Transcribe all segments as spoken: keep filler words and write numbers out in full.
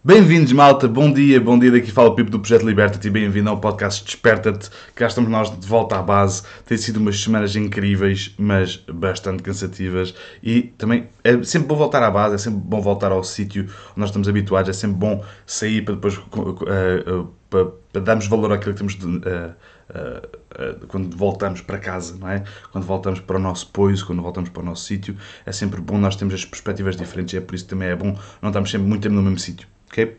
Bem-vindos, malta, bom dia, bom dia, daqui fala o Pipo do Projeto Liberta-te e bem-vindo ao podcast Desperta-te. Cá estamos nós de volta à base. Tem sido umas semanas incríveis, mas bastante cansativas e também é sempre bom voltar à base, é sempre bom voltar ao sítio onde nós estamos habituados, é sempre bom sair para depois uh, uh, para, para darmos valor àquilo que temos de... Uh, Uh, uh, quando voltamos para casa, não é? Quando voltamos para o nosso poiso, quando voltamos para o nosso sítio, é sempre bom nós termos as perspectivas diferentes e é por isso que também é bom não estarmos sempre muito tempo no mesmo sítio, ok?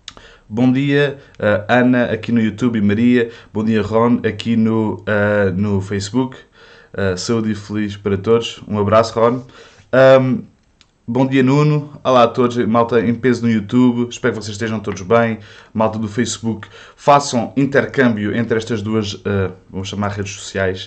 Bom dia, uh, Ana, aqui no YouTube, e Maria. Bom dia, Ron, aqui no, uh, no Facebook. Uh, saúde e feliz para todos. Um abraço, Ron. Um, Bom dia, Nuno. Olá a todos. Malta em peso no YouTube. Espero que vocês estejam todos bem. Malta do Facebook. Façam intercâmbio entre estas duas, uh, vamos chamar redes sociais.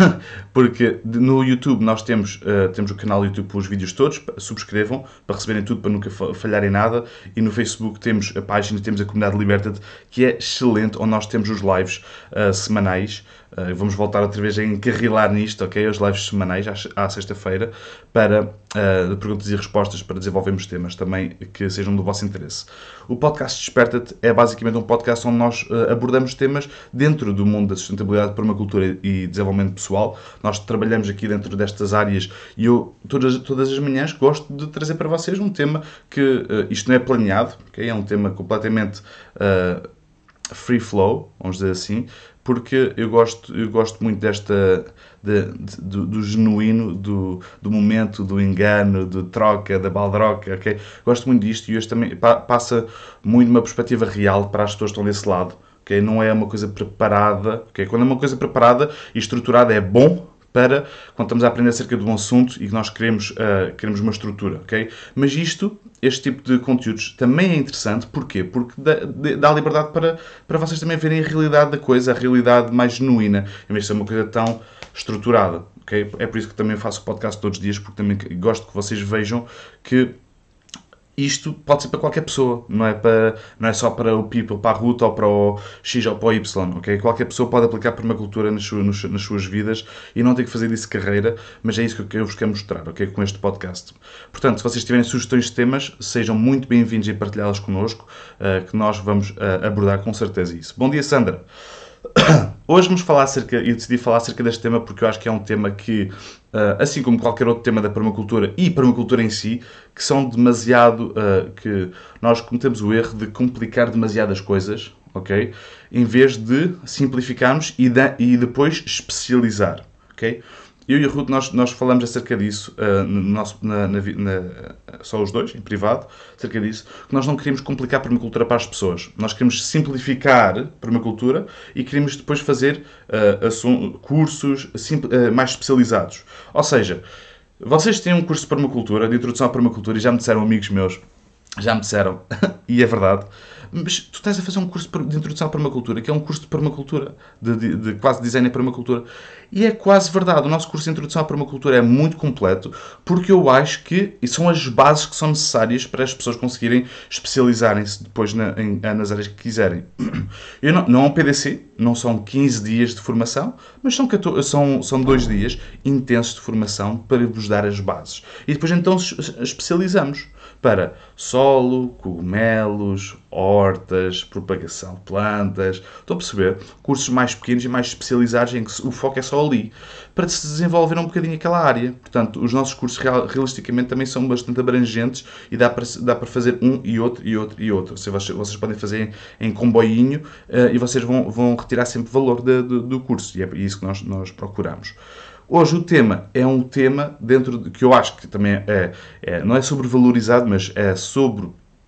Porque no YouTube nós temos, uh, temos o canal YouTube com os vídeos todos. Subscrevam para receberem tudo, para nunca falharem nada. E no Facebook temos a página, temos a comunidade Liberta-te, que é excelente, onde nós temos os lives uh, semanais. Uh, vamos voltar outra vez a encarrilar nisto, ok? Os lives semanais, à, à sexta-feira, para uh, perguntas e respostas, para desenvolvermos temas também que sejam do vosso interesse. O podcast Desperta-te é basicamente um podcast onde nós uh, abordamos temas dentro do mundo da sustentabilidade, permacultura e desenvolvimento pessoal. Nós trabalhamos aqui dentro destas áreas e eu, todas, todas as manhãs, gosto de trazer para vocês um tema que, uh, isto não é planeado, ok? É um tema completamente uh, free flow, vamos dizer assim, porque eu gosto, eu gosto muito desta, de, de, do, do genuíno, do, do momento, do engano, da troca, da baldroca, ok? Gosto muito disto e hoje também pa, passa muito uma perspectiva real para as pessoas que estão desse lado, ok? Não é uma coisa preparada, ok? Quando é uma coisa preparada e estruturada é bom, para quando estamos a aprender acerca de um assunto e que nós queremos, uh, queremos uma estrutura, ok? Mas isto, este tipo de conteúdos também é interessante, porquê? Porque dá, dá liberdade para, para vocês também verem a realidade da coisa, a realidade mais genuína, em vez de ser uma coisa tão estruturada, ok? É por isso que também faço o podcast todos os dias, porque também gosto que vocês vejam que isto pode ser para qualquer pessoa, não é, para, não é só para o people, para a Ruth ou para o X ou para o Y, ok? Qualquer pessoa pode aplicar permacultura nas suas, nas suas vidas e não tem que fazer disso carreira, mas é isso que eu vos quero mostrar, ok? Com este podcast. Portanto, se vocês tiverem sugestões de temas, sejam muito bem-vindos em partilhá-las connosco, uh, que nós vamos uh, abordar com certeza isso. Bom dia, Sandra! Hoje vamos falar acerca, eu decidi falar acerca deste tema porque eu acho que é um tema que, assim como qualquer outro tema da permacultura e permacultura em si, que são demasiado, que nós cometemos o erro de complicar demasiadas coisas, ok? Em vez de simplificarmos e, de, e depois especializar, ok? Eu e a Ruth, nós, nós falamos acerca disso, uh, no nosso, na, na, na, só os dois, em privado, acerca disso, que nós não queríamos complicar a permacultura para as pessoas. Nós queremos simplificar a permacultura e queremos depois fazer uh, assun- cursos sim, uh, mais especializados. Ou seja, vocês têm um curso de permacultura, de introdução à permacultura, e já me disseram amigos meus, já me disseram, e é verdade, mas tu estás a fazer um curso de introdução à permacultura, que é um curso de permacultura, de, de, de quase design em permacultura. E é quase verdade, o nosso curso de introdução à permacultura é muito completo, porque eu acho que são as bases que são necessárias para as pessoas conseguirem especializarem-se depois na, em, nas áreas que quiserem. Eu não, não é um P D C, não são quinze dias de formação, mas são, quatorze, são, são dois dias intensos de formação para vos dar as bases. E depois então especializamos para solo, cogumelos, hortas, propagação de plantas. Estão a perceber? Cursos mais pequenos e mais especializados em que o foco é só ali, para se desenvolver um bocadinho aquela área. Portanto, os nossos cursos real, realisticamente também são bastante abrangentes e dá para, dá para fazer um e outro e outro e outro. Seja, vocês, vocês podem fazer em, em comboinho uh, e vocês vão, vão retirar sempre valor de, de, do curso. E é isso que nós, nós procuramos. Hoje o tema é um tema dentro de, que eu acho que também é, é não é sobrevalorizado, mas é sobre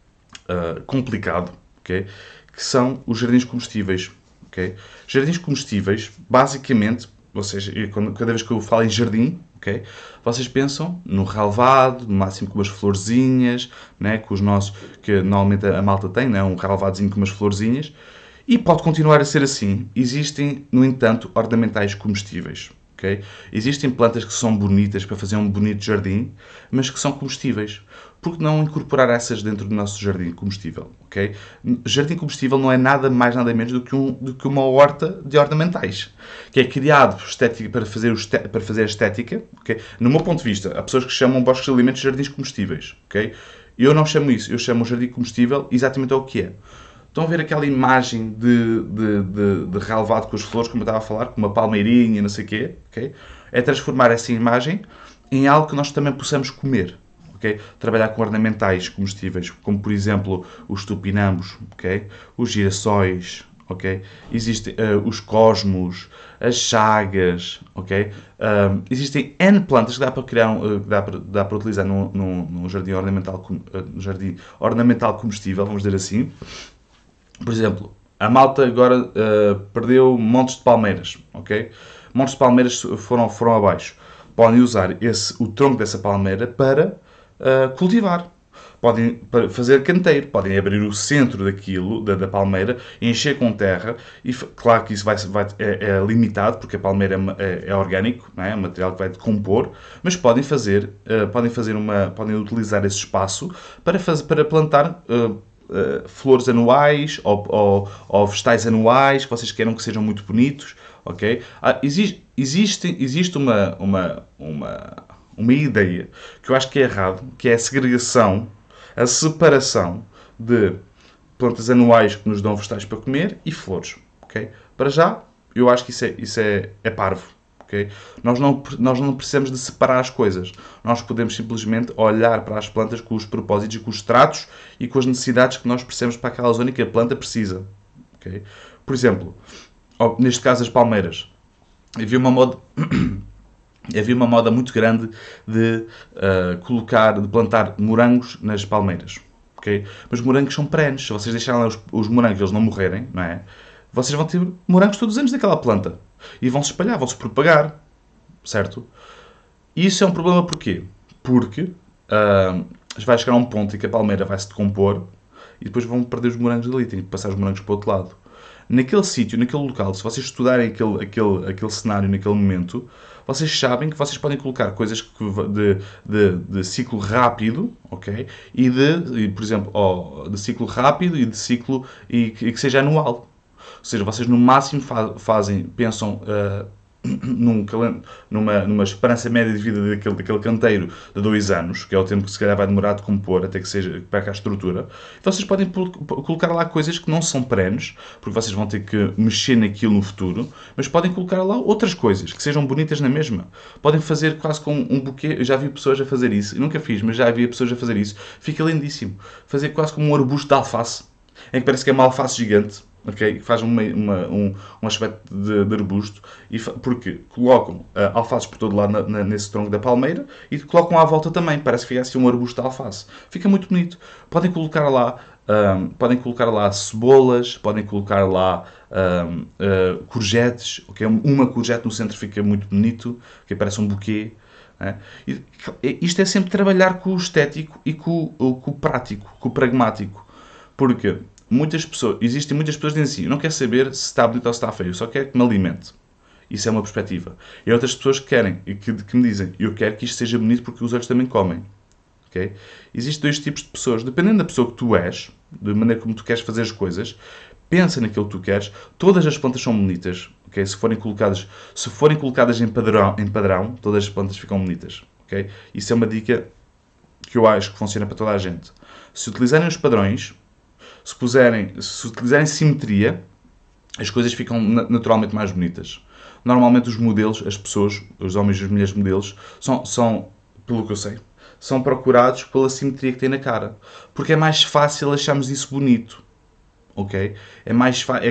uh, complicado, okay? Que são os jardins comestíveis. Okay? Jardins comestíveis, basicamente, vocês, cada vez que eu falo em jardim, okay, vocês pensam no relvado, no máximo com umas florzinhas, né, com os nossos, que normalmente a malta tem, né, um relvadozinho com umas florzinhas, e pode continuar a ser assim. Existem, no entanto, ornamentais comestíveis. Okay? Existem plantas que são bonitas para fazer um bonito jardim, mas que são comestíveis. Por que não incorporar essas dentro do nosso jardim comestível? Okay? Jardim comestível não é nada mais, nada menos do que, um, do que uma horta de ornamentais, que é criado estética, para, fazer o, para fazer a estética. Okay? No meu ponto de vista, há pessoas que chamam bosques de alimentos jardins comestíveis. Okay? Eu não chamo isso, eu chamo o jardim comestível exatamente ao que é. Estão a ver aquela imagem de, de, de, de relevado com as flores, como eu estava a falar, com uma palmeirinha, não sei o quê, ok? É transformar essa imagem em algo que nós também possamos comer, ok? Trabalhar com ornamentais comestíveis, como por exemplo os tupinambos, ok? Os girassóis, ok? Existem uh, os cosmos, as chagas, ok? Um, existem N plantas que dá para criar, um, uh, dá para, dá para utilizar num, num, num jardim ornamental, uh, num jardim ornamental comestível, vamos dizer assim. Por exemplo, a malta agora uh, perdeu montes de palmeiras, ok? Montes de palmeiras foram, foram abaixo. Podem usar esse, o tronco dessa palmeira para uh, cultivar. Podem para fazer canteiro, podem abrir o centro daquilo, da, da palmeira, encher com terra, e claro que isso vai, vai, é, é limitado, porque a palmeira é, é orgânico, não é? É um material que vai decompor, mas podem fazer, uh, podem fazer uma, podem utilizar esse espaço para, fazer, para plantar uh, Uh, flores anuais ou, ou, ou vegetais anuais que vocês queiram que sejam muito bonitos, ok? Ah, existe, existe, existe uma, uma, uma, uma ideia que eu acho que é errado, que é a segregação, a separação de plantas anuais que nos dão vegetais para comer e flores, ok? Para já, eu acho que isso é, isso é, é parvo. Okay? Nós, não, nós não precisamos de separar as coisas. Nós podemos simplesmente olhar para as plantas com os propósitos e com os tratos e com as necessidades que nós precisamos para aquela zona que a planta precisa. Okay? Por exemplo, neste caso as palmeiras. Havia uma moda, havia uma moda muito grande de uh, colocar, de plantar morangos nas palmeiras. Okay? Mas morangos são perenes. Se vocês deixarem os, os morangos eles não morrerem, não é? Vocês vão ter morangos todos os anos daquela planta. E vão-se espalhar, vão-se propagar. Certo? E isso é um problema porquê? Porque uh, vai chegar a um ponto em que a palmeira vai se decompor e depois vão perder os morangos dali. Tem que passar os morangos para o outro lado. Naquele sítio, naquele local, se vocês estudarem aquele, aquele, aquele cenário naquele momento, vocês sabem que vocês podem colocar coisas que, de, de, de ciclo rápido, ok? E de, e, por exemplo, oh, de ciclo rápido e de ciclo e que, e que seja anual. Ou seja, vocês no máximo fa fazem, pensam uh, num, numa, numa esperança média de vida daquele, daquele canteiro de dois anos, que é o tempo que se calhar vai demorar a decompor até que seja para cá a estrutura. Então vocês podem colocar lá coisas que não são perenes, porque vocês vão ter que mexer naquilo no futuro, mas podem colocar lá outras coisas que sejam bonitas na mesma. Podem fazer quase com um buquê. Eu já vi pessoas a fazer isso, eu nunca fiz, mas já havia pessoas a fazer isso. Fica lindíssimo. Fazer quase como um arbusto de alface, em que parece que é uma alface gigante. Okay? Faz uma, uma, um, um aspecto de, de arbusto, e porque colocam uh, alfaces por todo lado na, na, nesse tronco da palmeira e colocam à volta também, parece que fica assim um arbusto de alface. Fica muito bonito. Podem colocar lá, um, podem colocar lá cebolas, podem colocar lá um, uh, courgettes, okay? Uma courgette no centro fica muito bonito, que parece um buquê. É? E, isto é sempre trabalhar com o estético e com, com o prático, com o pragmático. Porque muitas pessoas, existem muitas pessoas que dizem assim: eu não quero saber se está bonito ou se está feio, eu só quero que me alimente. Isso é uma perspectiva. E há outras pessoas que querem, e que, que me dizem: eu quero que isto seja bonito porque os outros também comem. Okay? Existem dois tipos de pessoas. Dependendo da pessoa que tu és, da maneira como tu queres fazer as coisas, pensa naquilo que tu queres. Todas as plantas são bonitas. Okay? Se forem colocadas, se forem colocadas em padrão, em padrão, todas as plantas ficam bonitas. Okay? Isso é uma dica que eu acho que funciona para toda a gente. Se utilizarem os padrões, Se, puserem, se utilizarem simetria, as coisas ficam naturalmente mais bonitas. Normalmente os modelos, as pessoas, os homens e as mulheres modelos, são, são, pelo que eu sei, são procurados pela simetria que têm na cara. Porque é mais fácil acharmos isso bonito. Ok? É mais, é,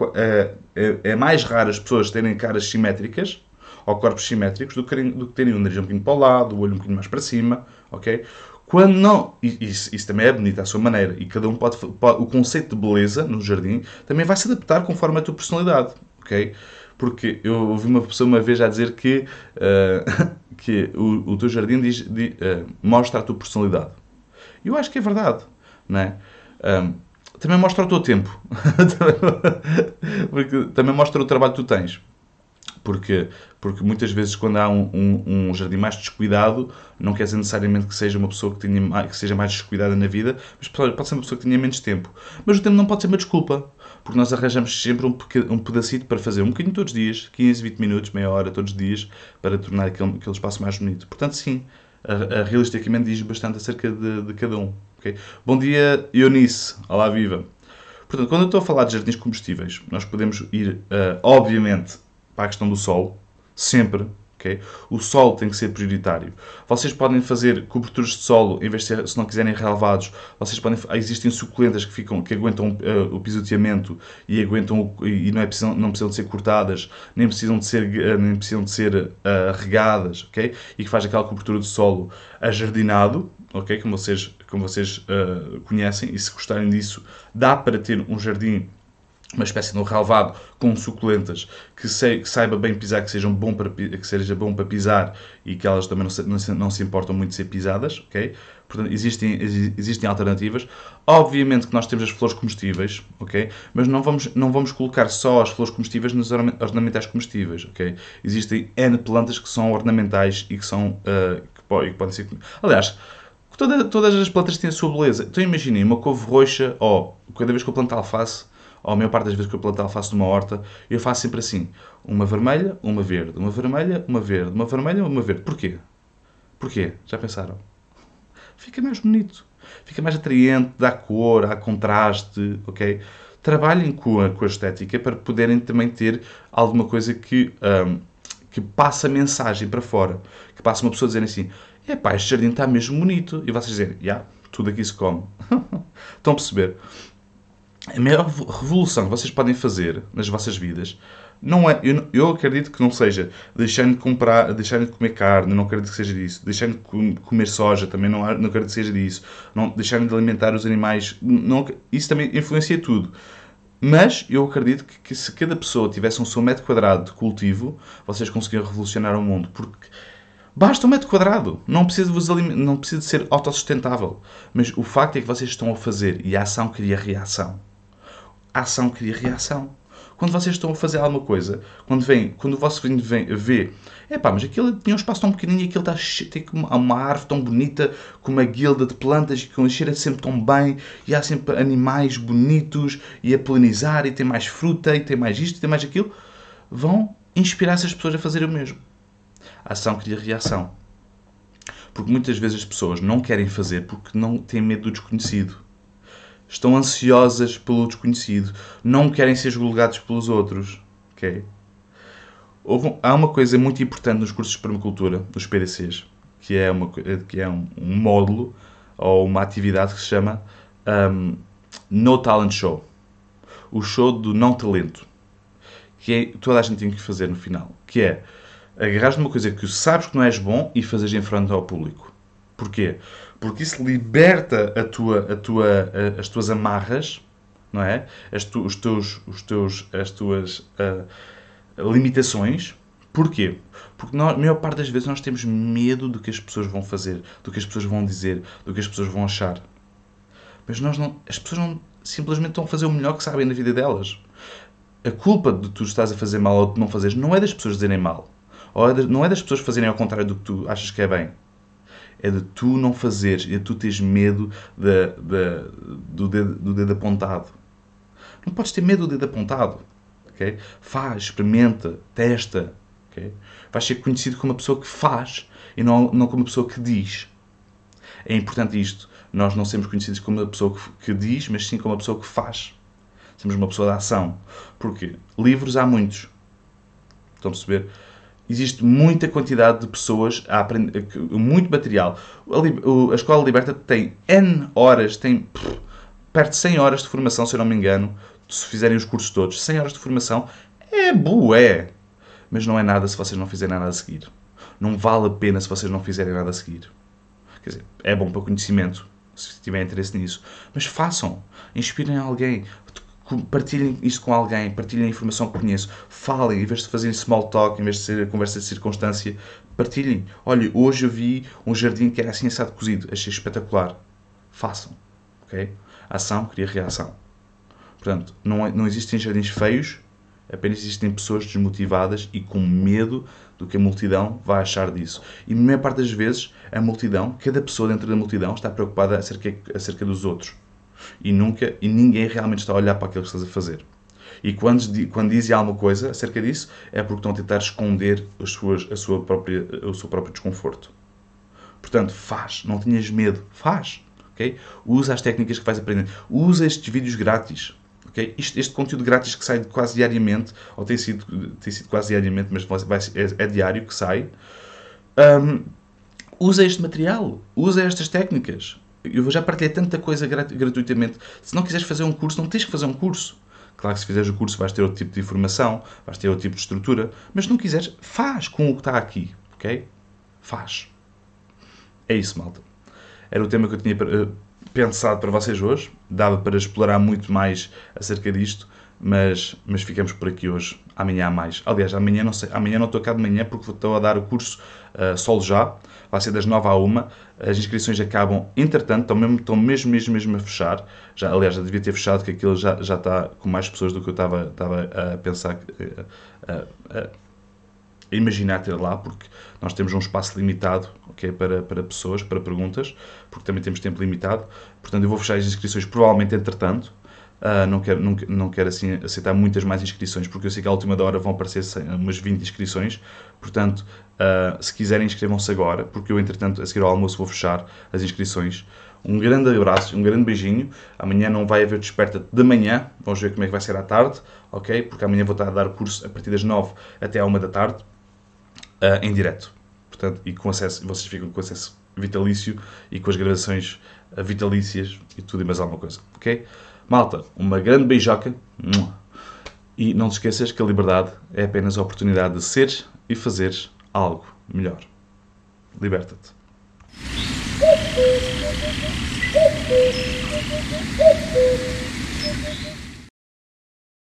é, é, é mais raro as pessoas terem caras simétricas, ou corpos simétricos, do que, do que terem um nariz um bocadinho para o lado, o olho um bocadinho mais para cima. Ok? Quando não, isso, isso também é bonito à sua maneira, e cada um pode, pode, o conceito de beleza no jardim também vai se adaptar conforme a tua personalidade, ok? Porque eu ouvi uma pessoa uma vez a dizer que, uh, que o, o teu jardim diz, diz, uh, mostra a tua personalidade. E eu acho que é verdade, não é? Um, também mostra o teu tempo, porque também mostra o trabalho que tu tens. Porque, porque muitas vezes quando há um, um, um jardim mais descuidado, não quer dizer necessariamente que seja uma pessoa que, tenha, que seja mais descuidada na vida, mas pode ser uma pessoa que tenha menos tempo. Mas o tempo não pode ser uma desculpa, porque nós arranjamos sempre um, um pedacito para fazer um bocadinho todos os dias, quinze, vinte minutos, meia hora todos os dias, para tornar aquele, aquele espaço mais bonito. Portanto, sim, a, a, realisticamente diz bastante acerca de, de cada um. Okay? Bom dia, Eunice. Olá, viva. Portanto, quando eu estou a falar de jardins comestíveis, nós podemos ir, uh, obviamente, para a questão do solo, sempre. Okay? O solo tem que ser prioritário. Vocês podem fazer coberturas de solo, em vez de ser, se não quiserem relevados, vocês podem, existem suculentas que, ficam, que aguentam uh, o pisoteamento e, aguentam, e não, é, não precisam de ser cortadas, nem precisam de ser, uh, nem precisam de ser uh, regadas, okay? E que faz aquela cobertura de solo ajardinado, okay? Como vocês, como vocês uh, conhecem, e se gostarem disso, dá para ter um jardim, uma espécie de um relvado com suculentas que, sei, que saiba bem pisar, que, sejam bom para, que seja bom para pisar e que elas também não se, não se, não se importam muito de ser pisadas, ok? Portanto, existem, existem alternativas. Obviamente que nós temos as flores comestíveis, ok? Mas não vamos, não vamos colocar só as flores comestíveis nos ornamentais comestíveis, ok? Existem N plantas que são ornamentais e que, são, uh, que, podem, que podem ser... Aliás, toda, todas as plantas têm a sua beleza. Então imaginem, uma couve roxa, ou oh, cada vez que eu planto alface, ou a maior parte das vezes que eu planto alface numa horta, eu faço sempre assim. Uma vermelha, uma verde. Uma vermelha, uma verde. Uma vermelha, uma verde. Porquê? Porquê? Já pensaram? Fica mais bonito. Fica mais atraente, dá cor, há contraste, ok? Trabalhem com a, com a estética para poderem também ter alguma coisa que, um, que passe a mensagem para fora. Que passe uma pessoa a dizer assim, epá, este jardim está mesmo bonito. E vocês dizem, já, yeah, tudo aqui se come. Estão a perceber? A maior revolução que vocês podem fazer nas vossas vidas não é, eu, eu acredito que não seja deixando de comprar, deixando de comer carne, não acredito que seja disso, deixando de comer soja, também não, não acredito que seja disso, não, deixando de alimentar os animais, não, isso também influencia tudo. Mas eu acredito que, que se cada pessoa tivesse um seu metro quadrado de cultivo, vocês conseguiam revolucionar o mundo, porque basta um metro quadrado, não precisa, vos não precisa de ser autossustentável, mas o facto é que vocês estão a fazer e a ação cria reação. A ação cria reação. Quando vocês estão a fazer alguma coisa, quando, vem, quando o vosso vizinho vem, vê, epá, mas aquilo tinha um espaço tão pequenininho e aquilo está cheio, tem uma, uma árvore tão bonita, com uma guilda de plantas que com cheira sempre tão bem, e há sempre animais bonitos, e a polinizar, e tem mais fruta, e tem mais isto, e tem mais aquilo, vão inspirar essas pessoas a fazer o mesmo. A ação cria reação. Porque muitas vezes as pessoas não querem fazer porque não têm medo do desconhecido. Estão ansiosas pelo desconhecido. Não querem ser julgados pelos outros. Okay? Houve, há uma coisa muito importante nos cursos de permacultura, nos P D Cs, que é, uma, que é um, um módulo ou uma atividade que se chama um, No Talent Show. O show do não talento. Que é, toda a gente tem que fazer no final. Que é agarrar numa coisa que sabes que não és bom e fazeres em frente ao público. Porquê? Porque isso liberta a tua, a tua, a, as tuas amarras, não é? As tu, os teus, os teus, as tuas uh, limitações. Porquê? Porque nós, a maior parte das vezes nós temos medo do que as pessoas vão fazer, do que as pessoas vão dizer, do que as pessoas vão achar. Mas nós não, as pessoas não, simplesmente estão a fazer o melhor que sabem na vida delas. A culpa de tu estás a fazer mal ou de não fazeres não é das pessoas dizerem mal. Ou é de, não é das pessoas fazerem ao contrário do que tu achas que é bem. É de tu não fazeres, é de tu teres medo de, de, do, dedo, do dedo apontado. Não podes ter medo do dedo apontado. Okay? Faz, experimenta, testa. Okay? Vais ser conhecido como uma pessoa que faz e não, não como uma pessoa que diz. É importante isto. Nós não sermos conhecidos como uma pessoa que, que diz, mas sim como uma pessoa que faz. Somos uma pessoa de ação. Porquê? Livros há muitos. Estão a perceber? Existe muita quantidade de pessoas a aprender, muito material. A Escola Liberta tem N horas, tem pff, perto de cem horas de formação, se eu não me engano, se fizerem os cursos todos. cem horas de formação é bué. Mas não é nada se vocês não fizerem nada a seguir. Não vale a pena se vocês não fizerem nada a seguir. Quer dizer, é bom para conhecimento, se tiverem interesse nisso. Mas façam. Inspirem alguém. Partilhem isso com alguém, partilhem a informação que conheço, falem, em vez de fazerem small talk, em vez de ser conversa de circunstância, partilhem. Olha, hoje eu vi um jardim que era assim assado cozido, achei espetacular. Façam, ok? Ação cria reação. Portanto, não, não existem jardins feios, apenas existem pessoas desmotivadas e com medo do que a multidão vai achar disso. E na maior parte das vezes, a multidão, cada pessoa dentro da multidão está preocupada acerca, acerca dos outros. E nunca, e ninguém realmente está a olhar para aquilo que estás a fazer. E quando, quando dizem alguma coisa acerca disso, é porque estão a tentar esconder as suas, a sua própria, o seu próprio desconforto. Portanto, faz. Não tenhas medo. Faz. Okay? Usa as técnicas que vais aprender. Usa estes vídeos grátis. Okay? Este, este conteúdo grátis que sai quase diariamente, ou tem sido, tem sido quase diariamente, mas vai, é, é diário que sai. Um, usa este material. Usa estas técnicas. Eu já partilhei tanta coisa gratuitamente. Se não quiseres fazer um curso, não tens que fazer um curso. Claro que se fizeres o curso vais ter outro tipo de informação, vais ter outro tipo de estrutura, mas se não quiseres, faz com o que está aqui, ok? Faz. É isso, malta. Era o tema que eu tinha pensado para vocês hoje. Dava para explorar muito mais acerca disto, mas, mas ficamos por aqui hoje. Amanhã há mais. Aliás, amanhã não, sei, amanhã não estou cá de manhã porque estou a dar o curso uh, solo já. Vai ser das nove à uma. As inscrições acabam, entretanto, estão mesmo, estão mesmo, mesmo, mesmo a fechar. Já, aliás, já devia ter fechado, que aquilo já, já está com mais pessoas do que eu estava, estava a pensar, a, a, a imaginar ter lá, porque nós temos um espaço limitado, okay, para, para pessoas, para perguntas, porque também temos tempo limitado. Portanto, eu vou fechar as inscrições provavelmente entretanto. Uh, não quero, não, não quero assim, aceitar muitas mais inscrições, porque eu sei que à última da hora vão aparecer umas vinte inscrições. Portanto, uh, se quiserem, inscrevam-se agora, porque eu, entretanto, a seguir ao almoço, vou fechar as inscrições. Um grande abraço, um grande beijinho. Amanhã não vai haver Desperta de manhã, vamos ver como é que vai ser à tarde, ok? Porque amanhã vou estar a dar o curso a partir das nove até à uma da tarde, uh, em direto. Portanto, e com acesso, vocês ficam com acesso vitalício e com as gravações vitalícias e tudo e mais alguma coisa, ok? Malta, uma grande beijoca e não te esqueças que a liberdade é apenas a oportunidade de seres e fazeres algo melhor. Liberta-te.